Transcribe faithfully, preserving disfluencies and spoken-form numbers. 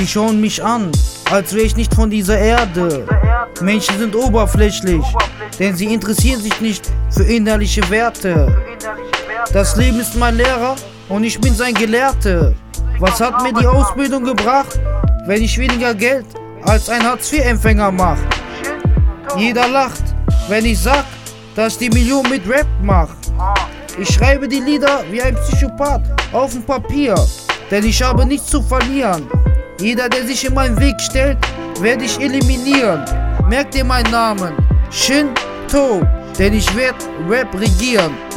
Sie schauen mich an, als wäre ich nicht von dieser Erde. Menschen sind oberflächlich, denn sie interessieren sich nicht für innerliche Werte. Das Leben ist mein Lehrer und ich bin sein Gelehrter. Was hat mir die Ausbildung gebracht, wenn ich weniger Geld als ein Hartz-vier-Empfänger mache? Jeder lacht, wenn ich sag, dass ich die Million mit Rap mach. Ich schreibe die Lieder wie ein Psychopath auf dem Papier, denn ich habe nichts zu verlieren. Jeder, der sich in meinen Weg stellt, werde ich eliminieren. Merkt ihr meinen Namen? Shin To, denn ich werd Rap regieren.